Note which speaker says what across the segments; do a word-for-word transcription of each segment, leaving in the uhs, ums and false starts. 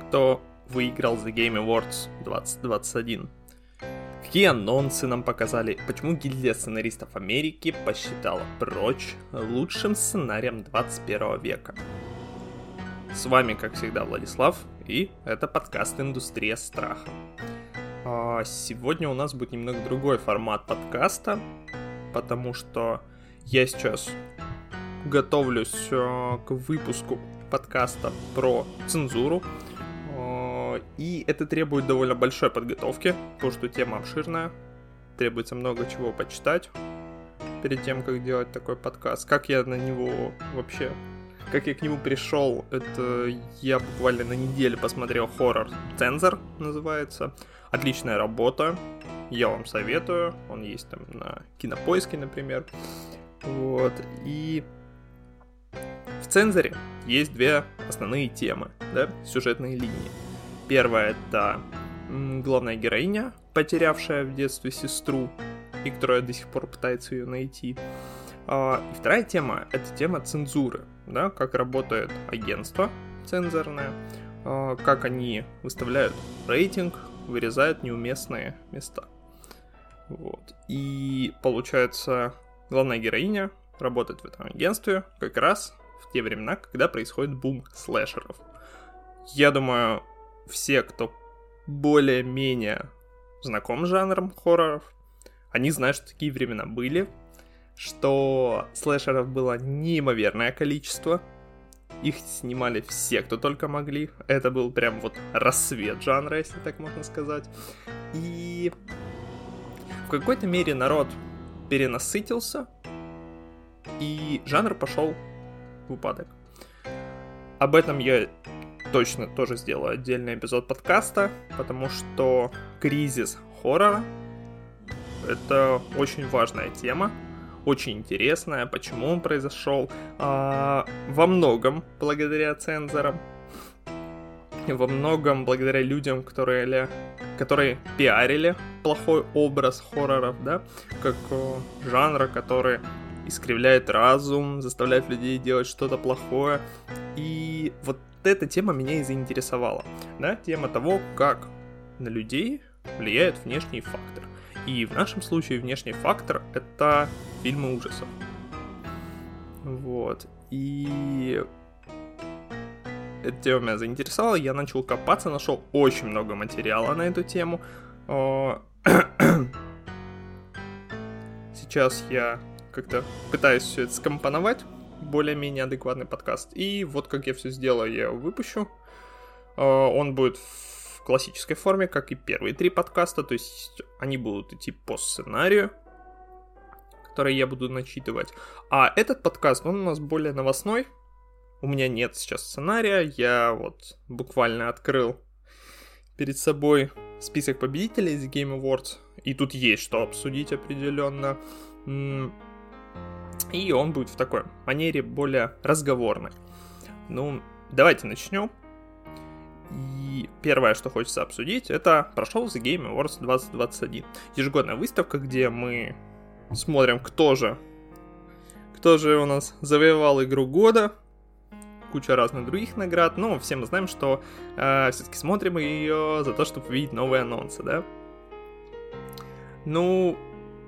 Speaker 1: кто выиграл The Game Awards двадцать двадцать один. Какие анонсы нам показали, почему гильдия сценаристов Америки посчитала «Прочь» лучшим сценарием двадцать первого века. С вами, как всегда, Владислав, и это подкаст «Индустрия страха». Сегодня у нас будет немного другой формат подкаста, потому что я сейчас готовлюсь к выпуску подкаста про цензуру, и это требует довольно большой подготовки, потому что тема обширная, требуется много чего почитать перед тем, как делать такой подкаст. Как я на него вообще, как я к нему пришел, это я буквально на неделе посмотрел хоррор «Цензор», называется. Отличная работа, я вам советую, он есть там на Кинопоиске, например. Вот, и в «Цензоре» есть две основные темы, да, сюжетные линии. Первая — это главная героиня, потерявшая в детстве сестру, и которая до сих пор пытается ее найти. И вторая тема — это тема цензуры, да, как работает агентство цензорное, как они выставляют рейтинг, вырезают неуместные места. Вот. И получается, главная героиня работает в этом агентстве как раз в те времена, когда происходит бум слэшеров. Я думаю, все, кто более-менее знаком с жанром хорроров, они знают, что такие времена были, что слэшеров было неимоверное количество. Их снимали все, кто только могли. Это был прям вот рассвет жанра, если так можно сказать. И в какой-то мере народ перенасытился, и жанр пошел в упадок. Об этом я точно тоже сделаю отдельный эпизод подкаста, потому что кризис хоррора — это очень важная тема, очень интересная. Почему он произошел? А, во многом благодаря цензорам, во многом благодаря людям, которые, которые пиарили плохой образ хорроров, да, как о, жанра, который искривляет разум, заставляет людей делать что-то плохое. И вот эта тема меня и заинтересовала, да, тема того, как на людей влияет внешний фактор. И в нашем случае внешний фактор — это фильмы ужасов. Вот. И эта тема меня заинтересовала, я начал копаться, нашел очень много материала на эту тему. Сейчас я как-то пытаюсь все это скомпоновать, более-менее адекватный подкаст. И вот как я все сделаю, я его выпущу. Он будет в классической форме, как и первые три подкаста, то есть они будут идти по сценарию, который я буду начитывать. А этот подкаст, он у нас более новостной. У меня нет сейчас сценария, я вот буквально открыл перед собой список победителей The Game Awards, и тут есть что обсудить определенно. И он будет в такой манере более разговорной. Ну, давайте начнем. И первое, что хочется обсудить, это прошел The Game Awards двадцать двадцать один. Ежегодная выставка, где мы смотрим, кто же, кто же у нас завоевал игру года. Куча разных других наград. Но все мы знаем, что э, все-таки смотрим ее за то, чтобы увидеть новые анонсы, да? Ну,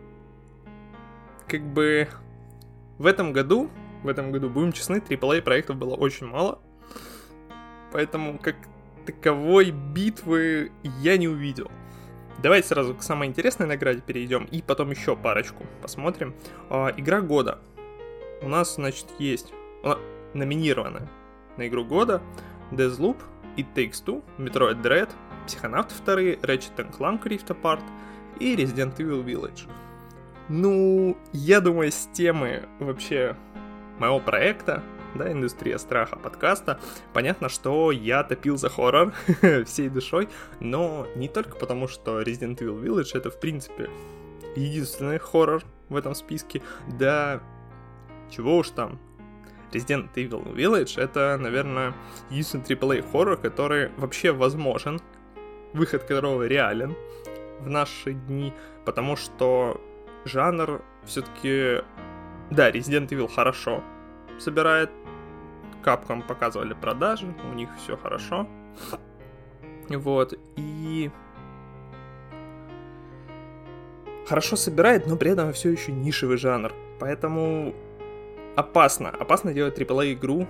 Speaker 1: как бы в этом году, в этом году, будем честны, трипл эй проектов было очень мало. Поэтому как таковой битвы я не увидел. Давайте сразу к самой интересной награде перейдем, и потом еще парочку посмотрим. А, игра года. У нас, значит, есть номинированы на игру года Deathloop, It Takes Two, Metroid Dread, Psychonauts два, Ratchet энд Clank Rift Apart и Resident Evil Village. Ну, я думаю, с темы вообще моего проекта, да, «Индустрия страха» подкаста, понятно, что я топил за хоррор всей душой, но не только потому, что Resident Evil Village — это, в принципе, единственный хоррор в этом списке, да, чего уж там. Resident Evil Village — это, наверное, единственный трипл эй хоррор, который вообще возможен, выход которого реален в наши дни, потому что жанр все-таки... Да, Resident Evil хорошо собирает, Capcom показывали продажи, у них все хорошо, Вот, и... Хорошо собирает, но при этом все еще нишевый жанр. Поэтому опасно. Опасно делать трипл эй игру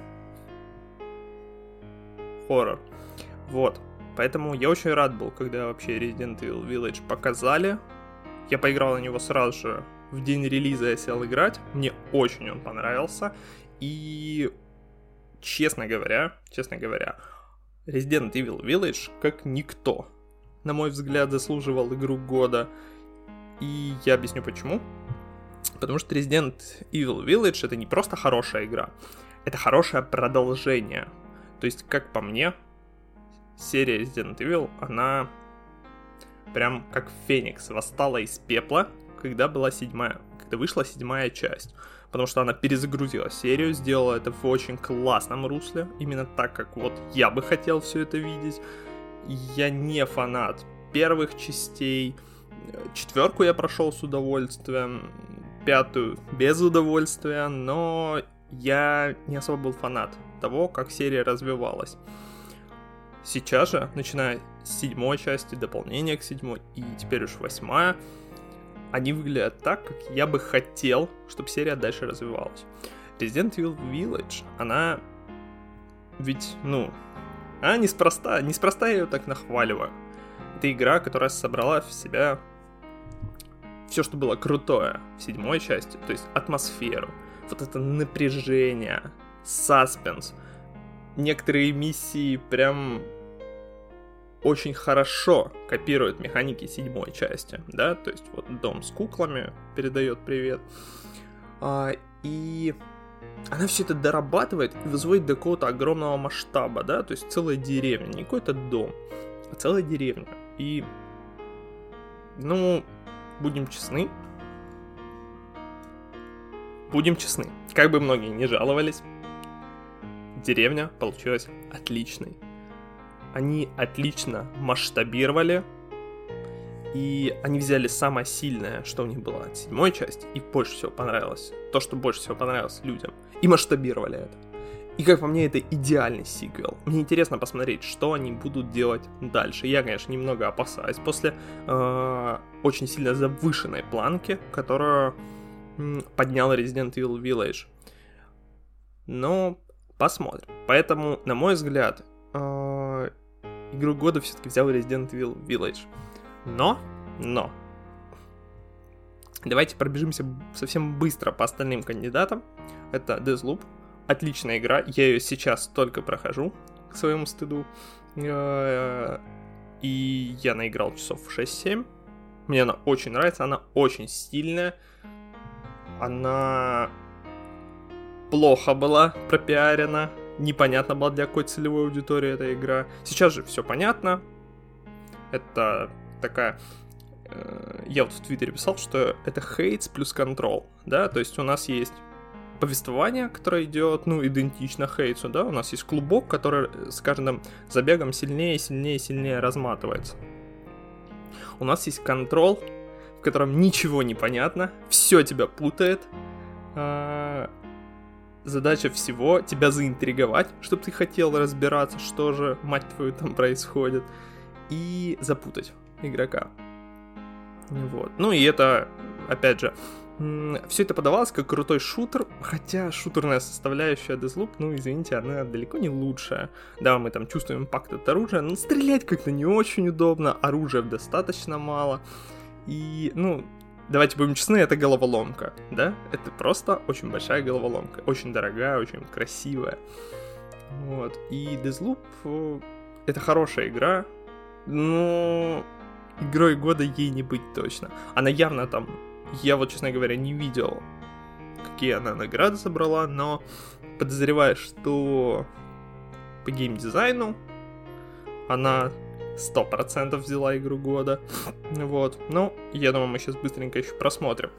Speaker 1: хоррор. Вот. Поэтому я очень рад был, когда вообще Resident Evil Village показали. Я поиграл на него сразу же в день релиза, я сел играть. Мне очень он понравился. И, честно говоря, честно говоря, Resident Evil Village как никто, на мой взгляд, заслуживал игру года. И я объясню почему. Потому что Resident Evil Village это не просто хорошая игра, это хорошее продолжение. То есть, как по мне, серия Resident Evil, она прям как Феникс восстала из пепла, когда была седьмая, когда вышла седьмая часть. Потому что она перезагрузила серию, сделала это в очень классном русле, именно так, как вот я бы хотел все это видеть. Я не фанат первых частей. Четверку я прошел с удовольствием, пятую без удовольствия, но я не особо был фанат того, как серия развивалась. Сейчас же, начиная с седьмой части, дополнения к седьмой и теперь уж восьмая, они выглядят так, как я бы хотел, чтобы серия дальше развивалась. Resident Evil Village, она ведь, ну, она неспроста, неспроста я ее так нахваливаю. Это игра, которая собрала в себя все, что было крутое в седьмой части, то есть атмосферу, вот это напряжение, саспенс. Некоторые миссии прям очень хорошо копируют механики седьмой части, да, то есть вот дом с куклами передает привет, а, и она все это дорабатывает и возводит до какого-то огромного масштаба, да, то есть целая деревня, не какой-то дом, а целая деревня. И, ну, будем честны, будем честны, как бы многие не жаловались, деревня получилась отличной. Они отлично масштабировали, и они взяли самое сильное, что у них было от седьмой части, и больше всего понравилось, то, что больше всего понравилось людям, и масштабировали это. И, как по мне, это идеальный сиквел. Мне интересно посмотреть, что они будут делать дальше. Я, конечно, немного опасаюсь после э, очень сильно завышенной планки, которую э, поднял Resident Evil Village. Но посмотрим. Поэтому, на мой взгляд, э, игру года все-таки взял Resident Evil Village. Но, но, давайте пробежимся совсем быстро по остальным кандидатам. Это Deathloop. Отличная игра, я ее сейчас только прохожу, к своему стыду. И я наиграл часов шесть-семь. Мне она очень нравится, она очень стильная. Она плохо была пропиарена. Непонятно было, для какой целевой аудитории эта игра. Сейчас же все понятно. Это такая... Я вот в Твиттере писал, что это Хейтс плюс Control, да, то есть у нас есть повествование, которое идет, ну, идентично Хейтсу, да, у нас есть клубок, который с каждым забегом сильнее, сильнее, сильнее разматывается. У нас есть контрол, в котором ничего не понятно, все тебя путает, задача всего тебя заинтриговать, чтобы ты хотел разбираться, что же, мать твою, там происходит, и запутать игрока. Вот. Ну и это, опять же, все это подавалось как крутой шутер, хотя шутерная составляющая Deathloop, ну извините, она далеко не лучшая. Да, мы там чувствуем импакт от оружия, но стрелять как-то не очень удобно, оружия достаточно мало. И, ну, давайте будем честны, это головоломка, да? Это просто очень большая головоломка, очень дорогая, очень красивая. Вот, и Deathloop — это хорошая игра, но игрой года ей не быть точно. Она явно там... Я вот, честно говоря, не видел, какие она награды собрала, но подозреваю, что по геймдизайну она сто процентов взяла игру года. Вот. Ну, я думаю, мы сейчас быстренько еще просмотрим.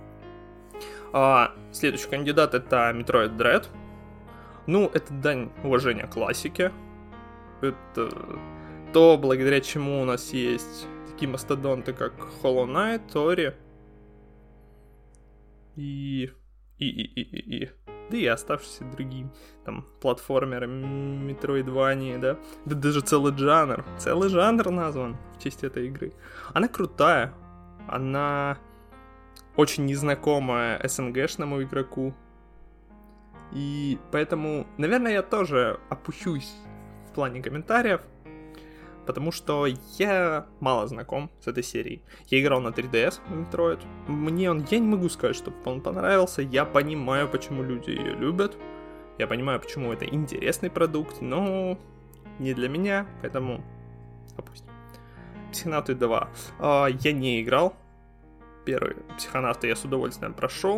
Speaker 1: А, следующий кандидат — это Metroid Dread. Ну, это дань уважения классике. Это то, благодаря чему у нас есть такие мастодонты, как Hollow Knight, Ori. И, и, и, и, и, да и оставшиеся другие, там, платформеры, метроидвании, да, да даже целый жанр, целый жанр назван в честь этой игры. Она крутая, она очень незнакомая эс эн гэшному игроку, и поэтому, наверное, я тоже опущусь в плане комментариев, потому что я мало знаком с этой серией. Я играл на три ди эс в Metroid. Мне он, я не могу сказать, что он понравился. Я понимаю, почему люди ее любят. Я понимаю, почему это интересный продукт, но не для меня, поэтому опустим. Психонавты два. А, я не играл. Первый Психонавты я с удовольствием прошел.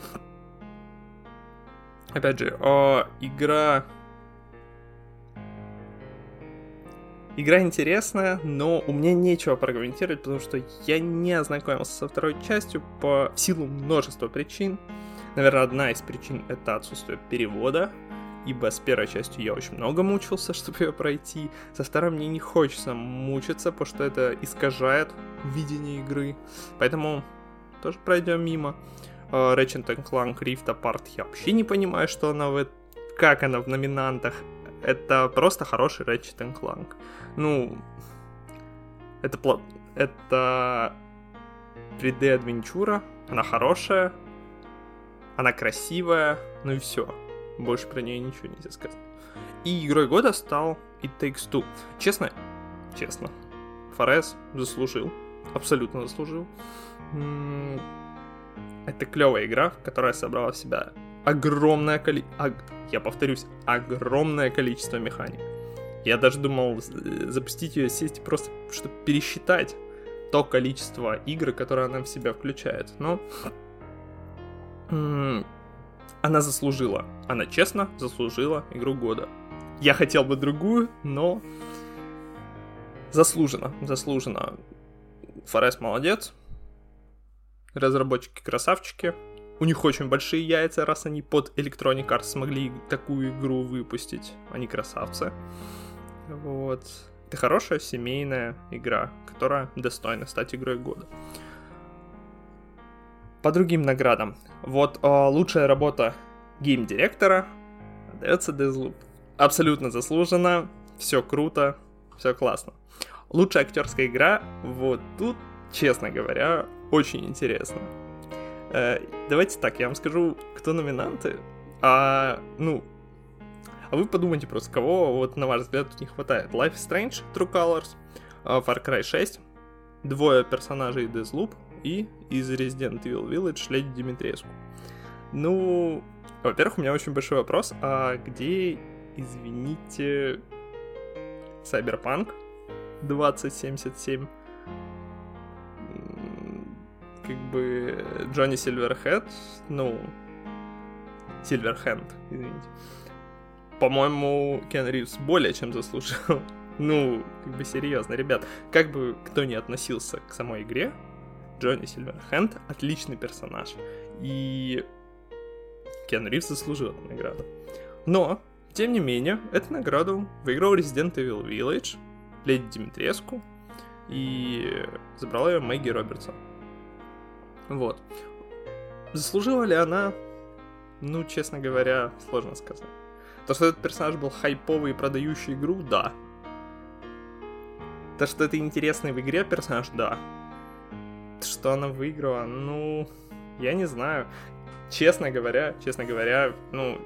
Speaker 1: Опять же, а, игра... Игра интересная, но у меня нечего прокомментировать, потому что я не ознакомился со второй частью по в силу множества причин. Наверное, одна из причин — это отсутствие перевода, ибо с первой частью я очень много мучился, чтобы ее пройти. Со второй мне не хочется мучиться, потому что это искажает видение игры. Поэтому тоже пройдем мимо. Ratchet энд Clank Rift Apart я вообще не понимаю, что она в... как она в номинантах. Это просто хороший Ratchet энд Clank. Ну, это, пла... это три дэ-адвенчура, она хорошая, она красивая, ну и все. Больше про нее ничего нельзя сказать. И игрой года стал It Takes Two. Честно, честно, Форес заслужил, абсолютно заслужил. Это клевая игра, которая собрала в себя огромное количество, я повторюсь, огромное количество механик. Я даже думал запустить ее, сесть просто, чтобы пересчитать то количество игр, которые она в себя включает. Но м- она заслужила, она честно заслужила игру года. Я хотел бы другую, но заслуженно, заслуженно. Форес молодец, разработчики красавчики. У них очень большие яйца, раз они под Electronic Arts смогли такую игру выпустить. Они красавцы. Вот. Это хорошая семейная игра, которая достойна стать игрой года. По другим наградам. Вот э, лучшая работа гейм-директора отдается Deathloop. Абсолютно заслуженно. Все круто. Все классно. Лучшая актерская игра. Вот тут, честно говоря, очень интересно. Давайте так, я вам скажу, кто номинанты, а, ну, а вы подумайте просто, кого, вот, на ваш взгляд, тут не хватает. Life is Strange, True Colors, Far Cry шесть, двое персонажей Deathloop и из Resident Evil Village Леди Димитреску. Ну, во-первых, у меня очень большой вопрос, а где, извините, Cyberpunk двадцать семьдесят семь? Как бы Джонни Сильверхед, ну, Сильверхенд, извините. По-моему, Киану Ривз более чем заслужил. Ну, как бы серьезно, ребят, как бы кто ни относился к самой игре, Джонни Сильверхенд отличный персонаж. И Киану Ривз заслужил эту награду. Но, тем не менее, эту награду выиграл Resident Evil Village, Леди Димитреску, и забрала ее Мэгги Робертсон. Вот. Заслужила ли она? Ну, честно говоря, сложно сказать. То, что этот персонаж был хайповый и продающий игру, да. То, что это интересный в игре персонаж, да. Что она выиграла, ну, я не знаю. Честно говоря, честно говоря, ну,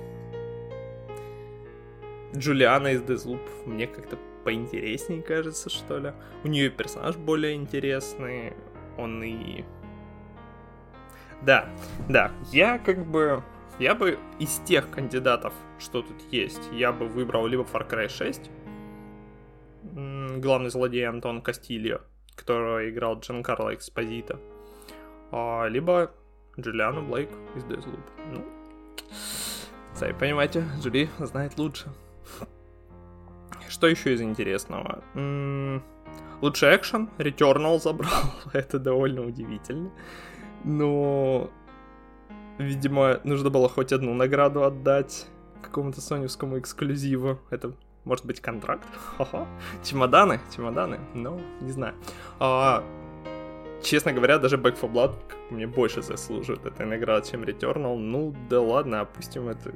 Speaker 1: Джулиана из Deathloop мне как-то поинтереснее кажется, что ли. У нее персонаж более интересный, он и... Да, да, я как бы, я бы из тех кандидатов, что тут есть, я бы выбрал либо Far Cry шесть, главный злодей Антон Кастильо, которого играл Джанкарло Эспозито, либо Джулиану Блейк из Deathloop. Ну, сами понимаете, Джули знает лучше. Что еще из интересного? М-м- лучший экшен Returnal забрал, это довольно удивительно. Но, видимо, нужно было хоть одну награду отдать какому-то соневскому эксклюзиву. Это, может быть, контракт? Ха-ха. Чемоданы, чемоданы, ну, не знаю. А, честно говоря, даже Back four Blood мне больше заслуживает этой награды, чем Returnal. Ну, да ладно, опустим это.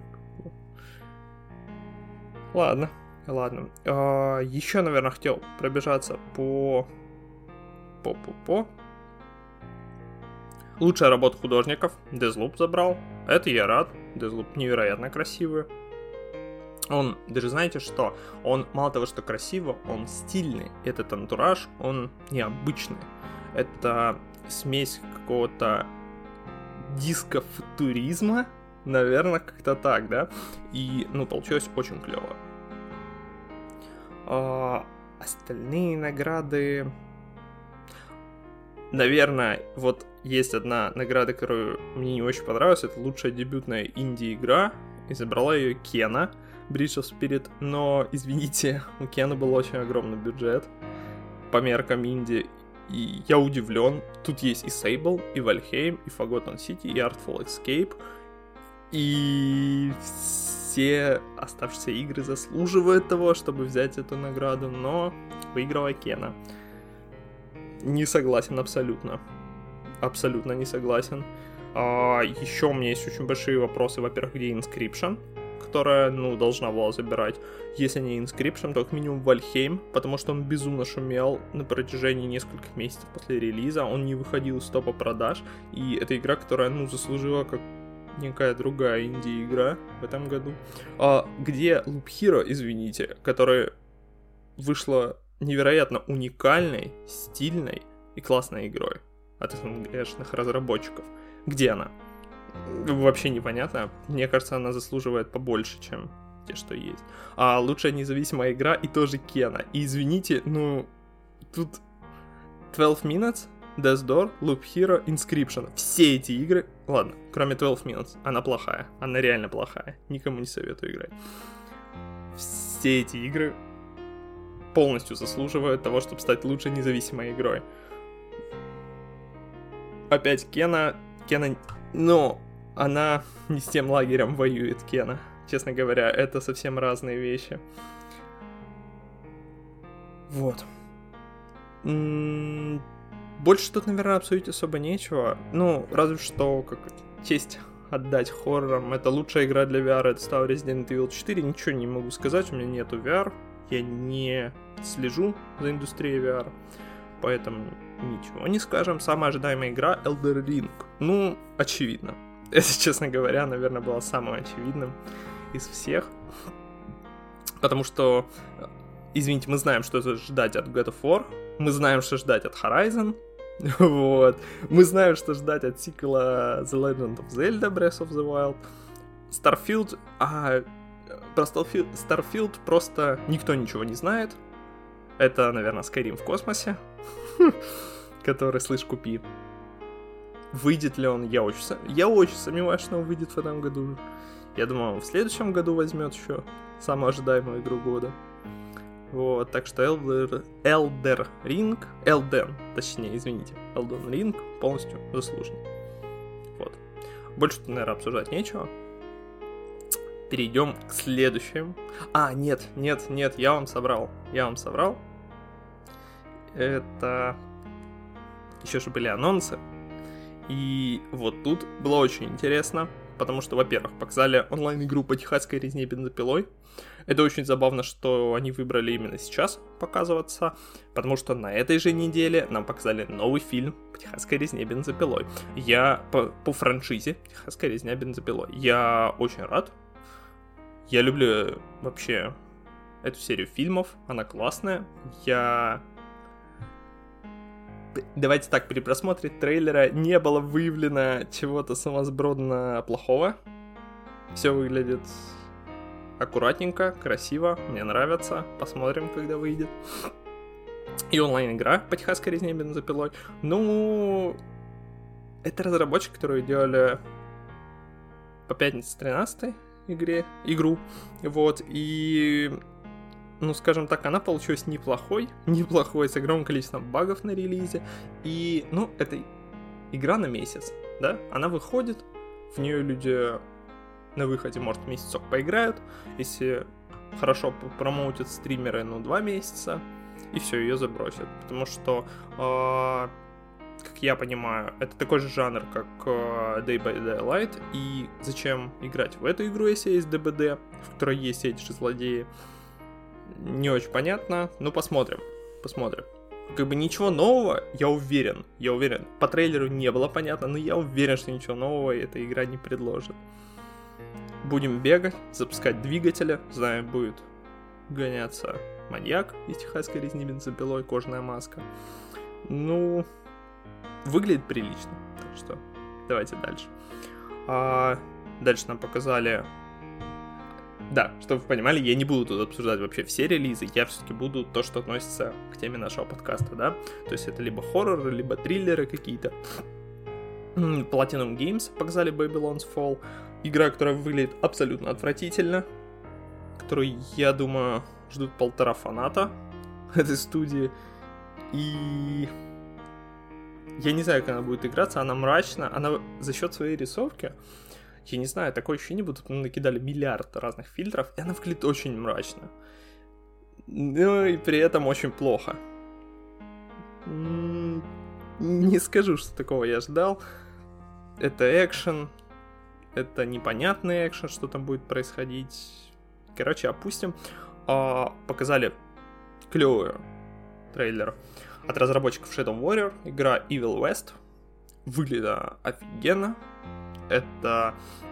Speaker 1: Ладно, ладно. А, еще, наверное, хотел пробежаться по... По-по-по. Лучшая работа художников. Deathloop забрал. Это я рад. Deathloop невероятно красивый. Он, даже знаете что? Он мало того, что красиво, он стильный. Этот антураж, он необычный. Это смесь какого-то диско-футуризма. Наверное, как-то так, да? И, ну, получилось очень клево. А, остальные награды... Наверное, вот есть одна награда, которую мне не очень понравилась. Это лучшая дебютная инди-игра. И забрала ее Кена, Bridge of Spirit. Но, извините, у Кена был очень огромный бюджет по меркам инди. И я удивлен. Тут есть и Sable, и Valheim, и Forgotten City, и Artful Escape. И все оставшиеся игры заслуживают того, чтобы взять эту награду. Но выиграла Кена. Не согласен абсолютно. Абсолютно не согласен. А, еще у меня есть очень большие вопросы. Во-первых, где Inscription, которая, ну, должна была забирать. Если не Inscription, то как минимум Valheim, потому что он безумно шумел на протяжении нескольких месяцев после релиза. Он не выходил из топа продаж. И это игра, которая, ну, заслужила как некая другая инди-игра в этом году. А, где Loop Hero, извините, которая вышла невероятно уникальной, стильной и классной игрой от эс эн гэ-шных разработчиков. Где она? Вообще непонятно. Мне кажется, она заслуживает побольше, чем те, что есть. А лучшая независимая игра и тоже Кена. И извините, ну, тут twelve minutes, Death Door, Loop Hero, Inscription. Все эти игры, ладно, кроме twelve minutes, она плохая. Она реально плохая. Никому не советую играть. Все эти игры полностью заслуживают того, чтобы стать лучшей независимой игрой. Опять Кена... Кена... Но она не с тем лагерем воюет, Кена. Честно говоря, это совсем разные вещи. Вот. М-м- больше тут, наверное, обсудить особо нечего. Ну, разве что, как честь отдать хоррорам. Это лучшая игра для ви ар, это стал Resident Evil четыре. Ничего не могу сказать, у меня нету ви ар. Я не слежу за индустрией ви ар, поэтому ничего не скажем. Самая ожидаемая игра Elden Ring. Ну, очевидно. Это, честно говоря, наверное, было самым очевидным из всех. Потому что, извините, мы знаем, что ждать от God of War. Мы знаем, что ждать от Horizon. Вот. Мы знаем, что ждать от сиквела The Legend of Zelda Breath of the Wild. Starfield... А... Про Starfield просто никто ничего не знает. Это, наверное, Skyrim в космосе, который, слышь, купи. Выйдет ли он? Я очень, я очень сомневаюсь, что он выйдет в этом году. Я думаю, он в следующем году возьмет еще самую ожидаемую игру года. Вот, так что Elder, Elder Ring, Elden, точнее, извините, Elden Ring полностью заслужен. Вот. Больше тут, наверное, обсуждать нечего. Перейдем к следующему. А, нет, нет, нет, я вам собрал. Я вам собрал. Это... Еще же были анонсы. И вот тут было очень интересно. Потому что, во-первых, показали онлайн-игру по техасской резне бензопилой. Это очень забавно, что они выбрали именно сейчас показываться. Потому что на этой же неделе нам показали новый фильм по техасской резне бензопилой. Я по, по франшизе техасская резня бензопилой. Я очень рад. Я люблю вообще эту серию фильмов, она классная. Я... Давайте так, при просмотре трейлера не было выявлено чего-то сумасбродно плохого. Все выглядит аккуратненько, красиво, мне нравится. Посмотрим, когда выйдет. И онлайн-игра по техасской резне бензопилой. Ну, это разработчики, которые делали по пятнице тринадцатой игре, игру, вот, и, ну, скажем так, она получилась неплохой, неплохой, с огромным количеством багов на релизе, и, ну, это игра на месяц, да, она выходит, в нее люди на выходе, может, месяцок поиграют, если хорошо промоутят стримеры, ну, два месяца, и все, ее забросят, потому что э, как я понимаю, это такой же жанр, как uh, Day by Daylight, и зачем играть в эту игру, если есть ди би ди, в которой есть эти же злодеи, не очень понятно, но посмотрим, посмотрим. Как бы ничего нового, я уверен, я уверен, по трейлеру не было понятно, но я уверен, что ничего нового эта игра не предложит. Будем бегать, запускать двигатели, знаю, будет гоняться маньяк из техасской резни бензопилой, кожаная маска. Ну, выглядит прилично, так что давайте дальше. А, дальше нам показали... Да, чтобы вы понимали, я не буду тут обсуждать вообще все релизы, я все-таки буду то, что относится к теме нашего подкаста, да? То есть это либо хорроры, либо триллеры какие-то. Platinum Games показали Babylon's Fall. Игра, которая выглядит абсолютно отвратительно, которую, я думаю, ждут полтора фаната этой студии. И я не знаю, как она будет играться, она мрачна, она за счет своей рисовки, я не знаю, такое ощущение, будто накидали миллиард разных фильтров, и она выглядит очень мрачно. Ну и при этом очень плохо. Не скажу, что такого я ждал. Это экшен, это непонятный экшен, что там будет происходить. Короче, опустим. А, показали клевый трейлер от разработчиков Shadow Warrior, игра Evil West. Выглядит офигенно. Это,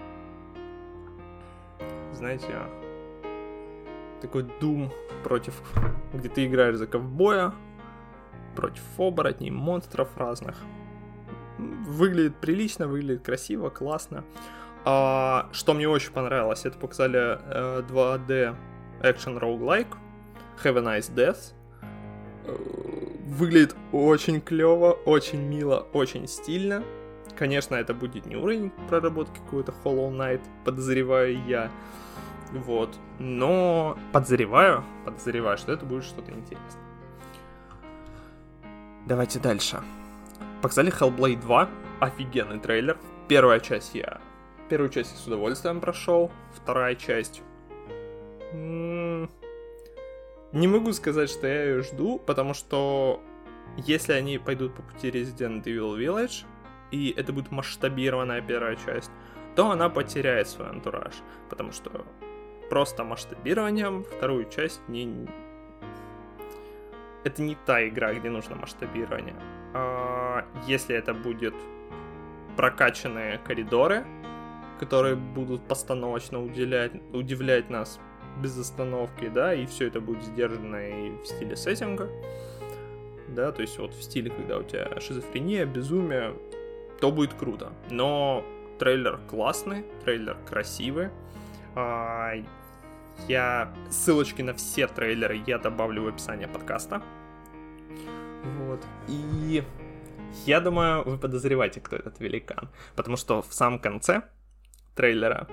Speaker 1: знаете, такой Doom против, где ты играешь за ковбоя, против оборотней, монстров разных. Выглядит прилично, выглядит красиво, классно. А, что мне очень понравилось, это показали э, два дэ Action Roguelike Have a Nice Death. Выглядит очень клево, очень мило, очень стильно. Конечно, это будет не уровень проработки какой-то Hollow Knight, подозреваю я. Вот. Но подозреваю, подозреваю, что это будет что-то интересное. Давайте дальше. Показали Hellblade два. Офигенный трейлер. Первая часть я... Первую часть я с удовольствием прошел. Вторая часть... М- Не могу сказать, что я ее жду, потому что если они пойдут по пути Resident Evil Village, и это будет масштабированная первая часть, то она потеряет свой антураж, потому что просто масштабированием вторую часть не... Это не та игра, где нужно масштабирование. А если это будет прокачанные коридоры, которые будут постановочно уделять, удивлять нас без остановки, да, и все это будет сдержано и в стиле сеттинга, да, то есть вот в стиле, когда у тебя шизофрения, безумие, то будет круто. Но трейлер классный, трейлер красивый. А, я ссылочки на все трейлеры я добавлю в описание подкаста. Вот. И я думаю, вы подозреваете, кто этот великан, потому что в самом конце трейлера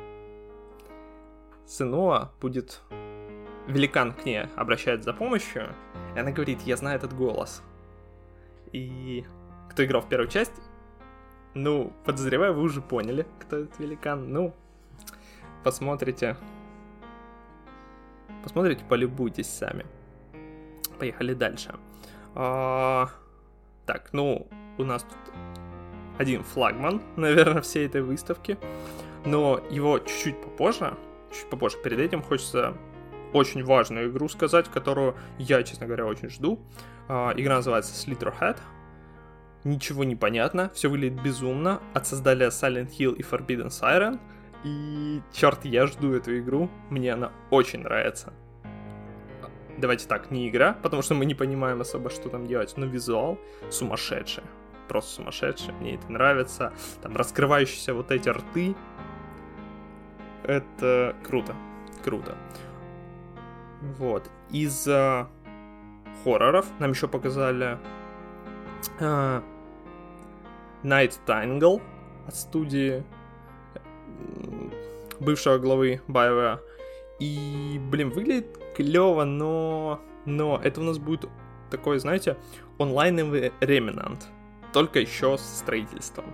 Speaker 1: Сенуа будет... Великан к ней обращается за помощью, и она говорит: я знаю этот голос. И кто играл в первую часть, ну, подозреваю, вы уже поняли, кто этот великан. Ну, посмотрите. Посмотрите, полюбуйтесь сами. Поехали дальше. А, так, ну, у нас тут один флагман, наверное, всей этой выставки. Но его чуть-чуть попозже, чуть попозже. Перед этим хочется очень важную игру сказать, которую я, честно говоря, очень жду. А, игра называется Slitherhead. Ничего не понятно, все выглядит безумно. От создателя Silent Hill и Forbidden Siren. И, черт, я жду эту игру. Мне она очень нравится. Давайте так, не игра, потому что мы не понимаем особо, что там делать. Но визуал сумасшедший. Просто сумасшедший. Мне это нравится. Там раскрывающиеся вот эти рты. Это круто. Круто. Вот. Из uh, хорроров нам еще показали... Uh, Night Tangle от студии бывшего главы BioWare. И, блин, выглядит клево, но... Но это у нас будет такой, знаете, онлайновый Remnant. Только еще с строительством.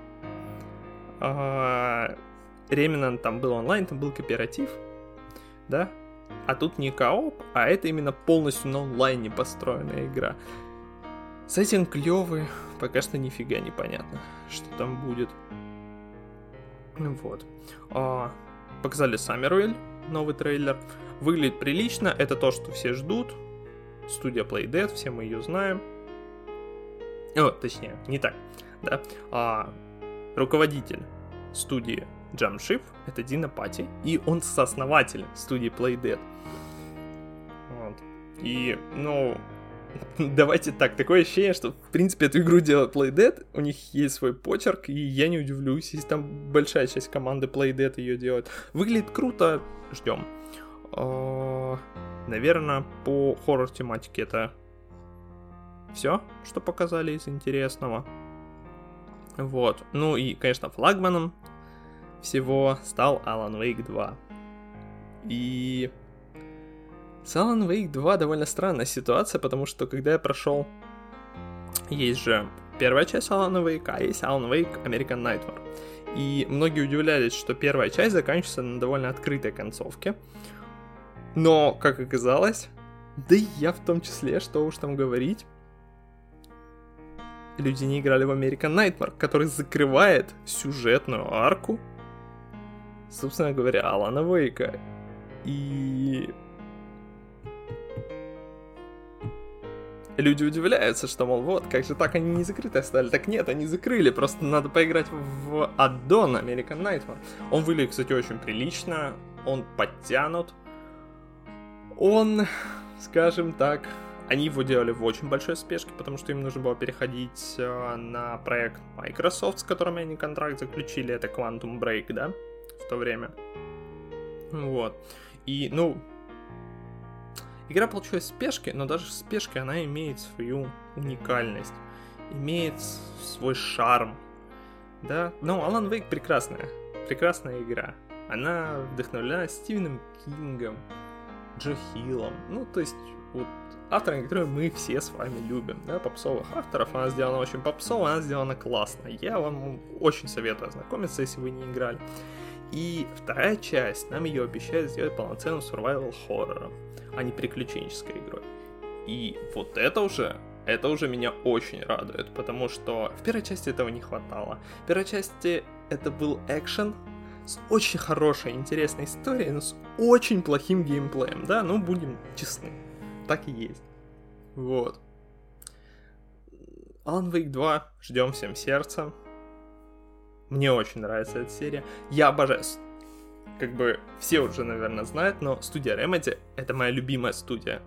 Speaker 1: Uh, Remnant там был онлайн, там был кооператив. Да? А тут не кооп, а это именно полностью на онлайне построенная игра. Сеттинг клевый, пока что нифига не понятно, что там будет. Вот. А, показали Summerville, новый трейлер. Выглядит прилично, это то, что все ждут. Студия Playdead, все мы ее знаем. О, точнее, не так, да. А, руководитель студии Jumpship — это Дина Пати, и он сооснователь студии Playdead. Вот. И, ну, давайте так, такое ощущение, что, в принципе, эту игру делает Playdead, у них есть свой почерк, и я не удивлюсь, если там большая часть команды Playdead ее делает. Выглядит круто, ждем. Наверное, по хоррор-тематике это все, что показали из интересного. Вот. Ну и, конечно, флагманом всего стал Alan Wake два. И с Alan Wake два довольно странная ситуация, потому что когда я прошел... Есть же первая часть Alan Wake, а есть Alan Wake American Nightmare. И многие удивлялись, что первая часть заканчивается на довольно открытой концовке. Но, как оказалось, да и я в том числе, что уж там говорить, люди не играли в American Nightmare, который закрывает сюжетную арку, собственно говоря, Алана Вейка. И люди удивляются, что, мол, вот, как же так они не закрыты оставили? Так нет, они закрыли, просто надо поиграть в аддон American Nightmare. Он выглядит, кстати, очень прилично, он подтянут. Он, скажем так, они его делали в очень большой спешке, потому что им нужно было переходить э, на проект Microsoft, с которым они контракт заключили, это Quantum Break, да, в то время. Вот. И, ну, игра получилась в спешке, но даже в спешке она имеет свою уникальность, имеет свой шарм, да. Ну, Alan Wake прекрасная, прекрасная игра. Она вдохновлена Стивеном Кингом, Джо Хиллом, ну, то есть, вот, авторами, которые мы все с вами любим, да, попсовых авторов. Она сделана очень попсово, она сделана классно. Я вам очень советую ознакомиться, если вы не играли. И вторая часть, нам ее обещают сделать полноценным survival хоррором, а не приключенческой игрой. И вот это уже, это уже меня очень радует, потому что в первой части этого не хватало. В первой части это был экшен с очень хорошей, интересной историей, но с очень плохим геймплеем, да, ну будем честны, так и есть. Вот. Alan Wake два ждем всем сердцем. Мне очень нравится эта серия. Я обожаю, как бы все уже, наверное, знают, но студия Remedy — это моя любимая студия.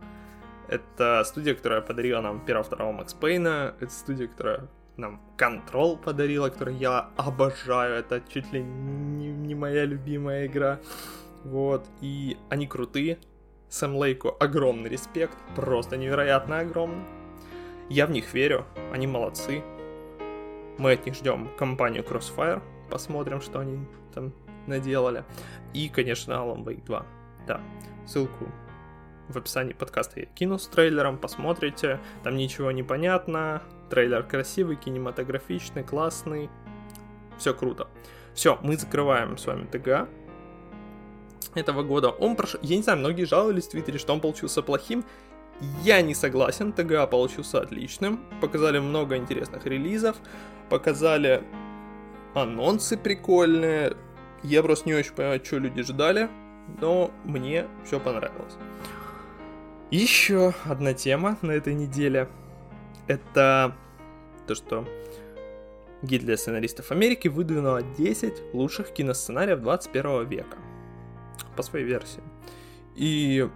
Speaker 1: Это студия, которая подарила нам первого-второго Макс Пейна, это студия, которая нам Control подарила, которую я обожаю, это чуть ли не, не моя любимая игра. Вот, и они крутые. Сэм Лейку огромный респект, просто невероятно огромный. Я в них верю, они молодцы. Мы от них ждем компанию Crossfire, посмотрим, что они там наделали. И, конечно, Alan Wake два. Да, ссылку в описании подкаста я кину с трейлером, посмотрите. Там ничего не понятно. Трейлер красивый, кинематографичный, классный. Все круто. Все, мы закрываем с вами тэ гэ а этого года. Он прошел... Я не знаю, многие жаловались в Твиттере, что он получился плохим. Я не согласен, тэ гэ а получился отличным. Показали много интересных релизов. Показали анонсы прикольные. Я просто не очень понимаю, что люди ждали. Но мне все понравилось. Еще одна тема на этой неделе. Это то, что гид для сценаристов Америки выдвинула десять лучших киносценариев двадцать первого века. По своей версии. И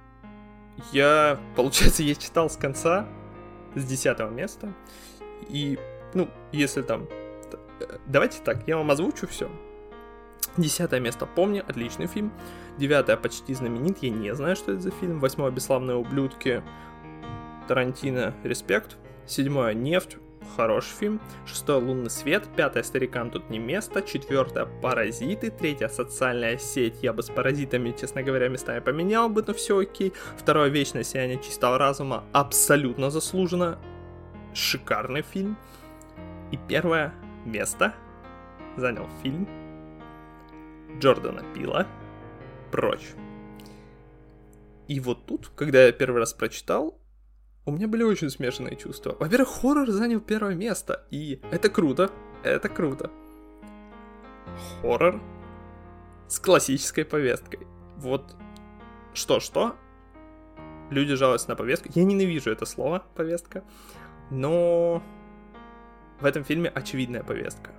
Speaker 1: я, получается, я читал с конца, с десятого места. И, ну, если там... Давайте так, я вам озвучу все. Десятое место «Помни», отличный фильм. Девятое «Почти знаменит», я не знаю, что это за фильм. Восьмое «Бесславные ублюдки», Тарантино, респект. Седьмое «Нефть», хороший фильм. Шестое «Лунный свет». Пятое «Старикам тут не место». Четвертое «Паразиты». Третье «Социальная сеть». Я бы с «Паразитами», честно говоря, местами поменял бы, но все окей. Второе «Вечное сияние чистого разума». Абсолютно заслуженно. Шикарный фильм. И первое место занял фильм Джордана Пила «Прочь». И вот тут, когда я первый раз прочитал, у меня были очень смешанные чувства. Во-первых, хоррор занял первое место, и это круто, это круто. Хоррор с классической повесткой. Вот что-что, люди жалуются на повестку. Я ненавижу это слово, повестка, но в этом фильме очевидная повестка.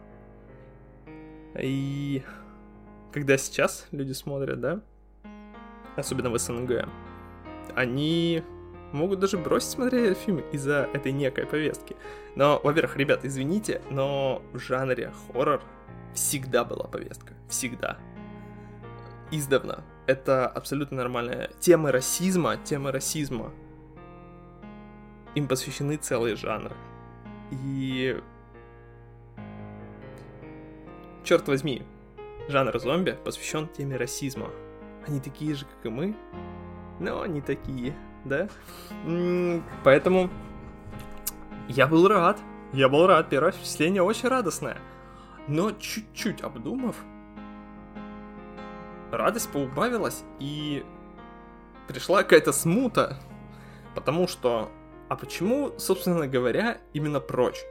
Speaker 1: И когда сейчас люди смотрят, да, особенно в СНГ, они могут даже бросить смотреть этот фильм из-за этой некой повестки. Но, во-первых, ребят, извините, но в жанре хоррор всегда была повестка. Всегда. Издавна. Это абсолютно нормальная. Темы расизма, темы расизма. Им посвящены целые жанры. И... черт возьми, жанр зомби посвящен теме расизма. Они такие же, как и мы, но не такие, да? М-м, поэтому я был рад. Я был рад. Первое впечатление очень радостное. Но чуть-чуть обдумав, радость поубавилась, и пришла какая-то смута. Потому что... А почему, собственно говоря, именно «Прочь»?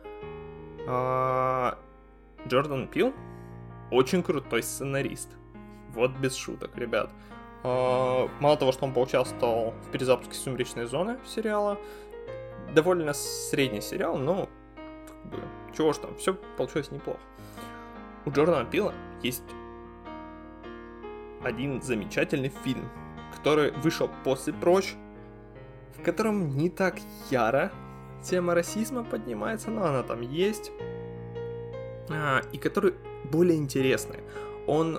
Speaker 1: А... Джордан Пил очень крутой сценарист. Вот без шуток, ребят. А... Мало того, что он поучаствовал в перезапуске «Сумеречной зоны» сериала, довольно средний сериал, но как бы, чего ж там, все получилось неплохо. У Джордана Пила есть один замечательный фильм, который вышел после «Прочь», в котором не так яро тема расизма поднимается, но она там есть, а, и который более интересный. Он...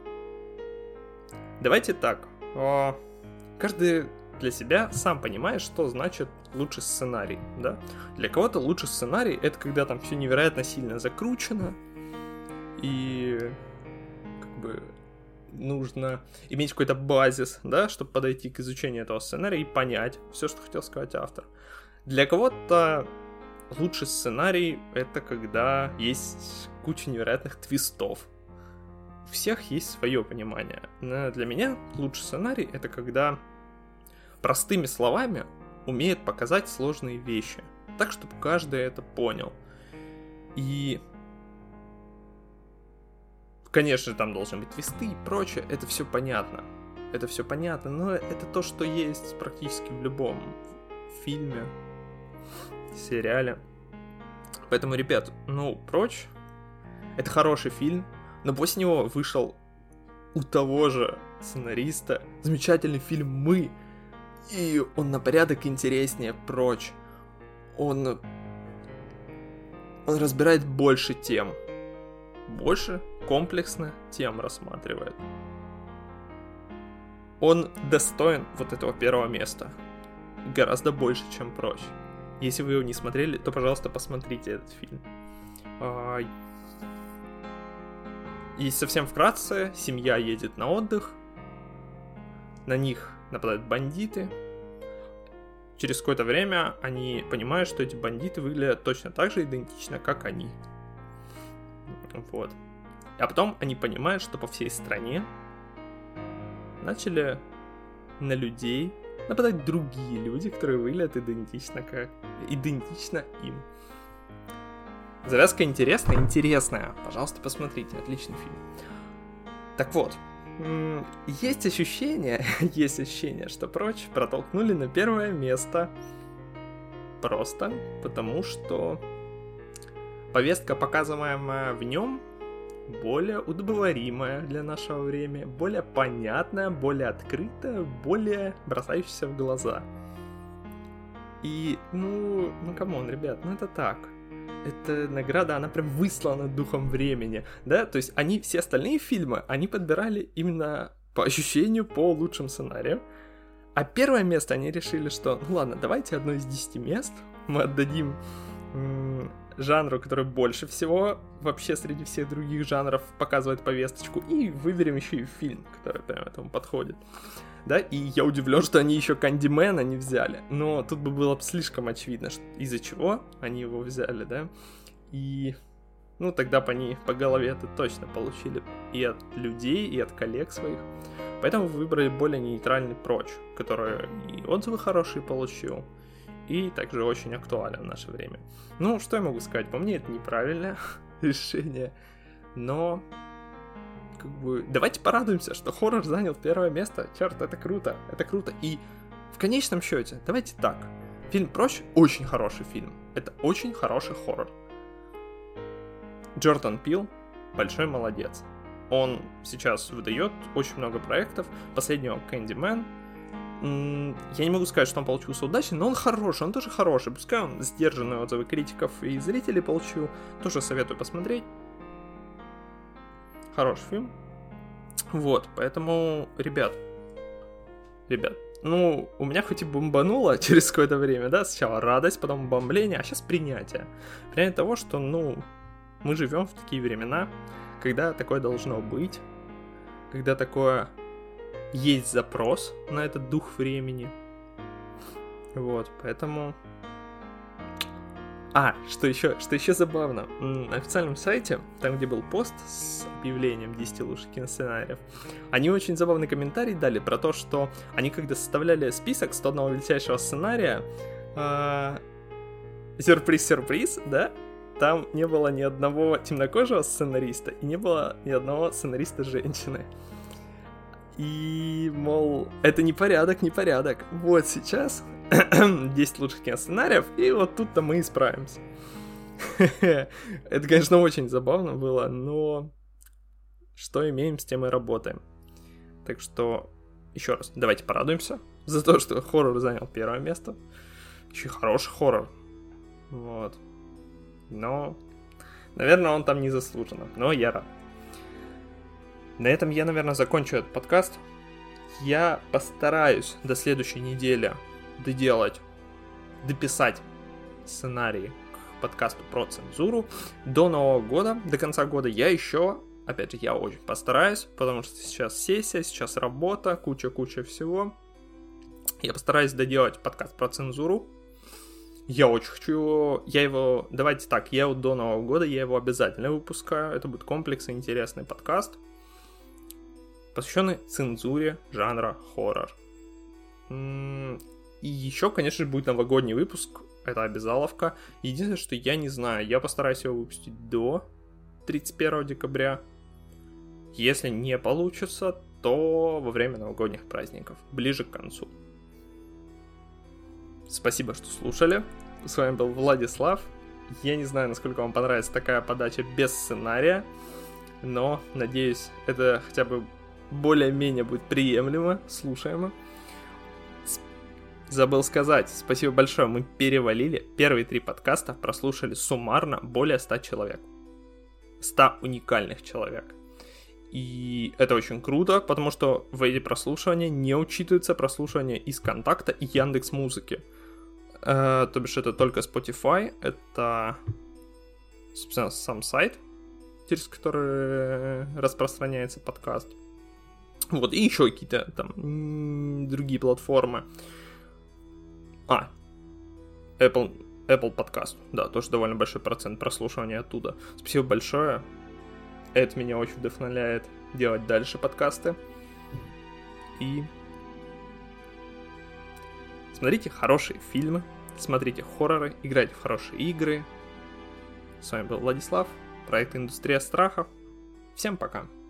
Speaker 1: Давайте так, а, каждый для себя сам понимает, что значит лучший сценарий, да? Для кого-то лучший сценарий — это когда там все невероятно сильно закручено, и как бы нужно иметь какой-то базис, да, чтобы подойти к изучению этого сценария и понять все, что хотел сказать автор. Для кого-то лучший сценарий — это когда есть куча невероятных твистов. У всех есть свое понимание. Но для меня лучший сценарий — это когда простыми словами умеет показать сложные вещи, так, чтобы каждый это понял. И конечно, там должны быть твисты и прочее, это все понятно. Это все понятно, но это то, что есть практически в любом фильме, сериале. Поэтому, ребят, ну, «Прочь» — это хороший фильм, но после него вышел у того же сценариста замечательный фильм «Мы», и он на порядок интереснее «Прочь». Он... Он разбирает больше тем. Больше комплексно тем рассматривает. Он достоин вот этого первого места. Гораздо больше, чем «Прочь». Если вы его не смотрели, то, пожалуйста, посмотрите этот фильм. И совсем вкратце, семья едет на отдых. На них нападают бандиты. Через какое-то время они понимают, что эти бандиты выглядят точно так же идентично, как они. Вот. А потом они понимают, что по всей стране начали на людей нападать другие люди, которые выглядят идентично, как... идентично им. Завязка интересная, интересная. Пожалуйста, посмотрите, отличный фильм. Так вот, есть ощущение, есть ощущение, что «Прочь» протолкнули на первое место просто потому, что повестка, показываемая в нем, более удобоваримая для нашего времени, более понятная, более открытая, более бросающаяся в глаза. И, ну, ну камон, ребят, ну это так. Эта награда, она прям выслана духом времени, да? То есть они, все остальные фильмы, они подбирали именно по ощущению, по лучшим сценариям. А первое место они решили, что, ну ладно, давайте одно из десяти мест мы отдадим м- жанру, который больше всего вообще среди всех других жанров показывает повесточку, и выберем еще и фильм, который прям этому подходит. Да, и я удивлен, что они еще «Кандимена» не взяли, но тут бы было слишком очевидно, что из-за чего они его взяли, да, и, ну, тогда бы они по голове это точно получили и от людей, и от коллег своих, поэтому выбрали более нейтральный «Прочь», который и отзывы хорошие получил, и также очень актуален в наше время. Ну, что я могу сказать? По мне, это неправильное решение, но как бы давайте порадуемся, что хоррор занял первое место. Черт, это круто, это круто. И в конечном счете, давайте так. Фильм «Прочь» очень хороший фильм. Это очень хороший хоррор. Джордан Пил большой молодец. Он сейчас выдает очень много проектов. Последнего «Кэндимен». Я не могу сказать, что он получился удачный, но он хороший, он тоже хороший. Пускай он сдержанные отзывы критиков и зрителей получил. Тоже советую посмотреть. Хороший фильм. Вот, поэтому, ребят, ребят, ну, у меня хоть и бомбануло через какое-то время, да, сначала радость, потом бомбление, а сейчас принятие. Принятие того, что, ну, мы живем в такие времена, когда такое должно быть, когда такое есть запрос на этот дух времени. Вот, поэтому... А, что еще, что еще забавно, на официальном сайте, там, где был пост с объявлением десяти лучших киносценариев, они очень забавный комментарий дали про то, что они, когда составляли список сто одного величайшего сценария, э, сюрприз-сюрприз, да, там не было ни одного темнокожего сценариста и не было ни одного сценариста-женщины. И, мол, это не порядок, не порядок. Вот сейчас десять лучших киносценариев, и вот тут-то мы и справимся. Это, конечно, очень забавно было, но что имеем, с тем и работаем. Так что, еще раз, давайте порадуемся за то, что хоррор занял первое место. Еще и хороший хоррор. Вот. Но, наверное, он там незаслуженно, но я рад. На этом я, наверное, закончу этот подкаст. Я постараюсь до следующей недели доделать, дописать сценарий к подкасту про цензуру. До Нового года, до конца года я еще, опять же, я очень постараюсь, потому что сейчас сессия, сейчас работа, куча-куча всего. Я постараюсь доделать подкаст про цензуру. Я очень хочу его, я его, давайте так, я его до Нового года, я его обязательно выпускаю. Это будет комплексный, интересный подкаст, посвященный цензуре жанра хоррор. И еще, конечно же, будет новогодний выпуск, это обязаловка. Единственное, что я не знаю, я постараюсь его выпустить до тридцать первого декабря. Если не получится, то во время новогодних праздников, ближе к концу. Спасибо, что слушали. С вами был Владислав. Я не знаю, насколько вам понравится такая подача без сценария, но, надеюсь, это хотя бы более-менее будет приемлемо, слушаемо. Забыл сказать, спасибо большое, мы перевалили. Первые три подкаста прослушали суммарно более ста человек. ста уникальных человек. И это очень круто, потому что в эти прослушивания не учитываются прослушивания из Контакта и Яндекс.Музыки. Э, то бишь это только Spotify, это, собственно, сам сайт, через который распространяется подкаст. Вот, и еще какие-то там другие платформы. А, Apple, Apple Podcast, да, тоже довольно большой процент прослушивания оттуда. Спасибо большое, это меня очень вдохновляет делать дальше подкасты. И смотрите хорошие фильмы, смотрите хорроры, играйте в хорошие игры. С вами был Владислав, проект «Индустрия страхов». Всем пока!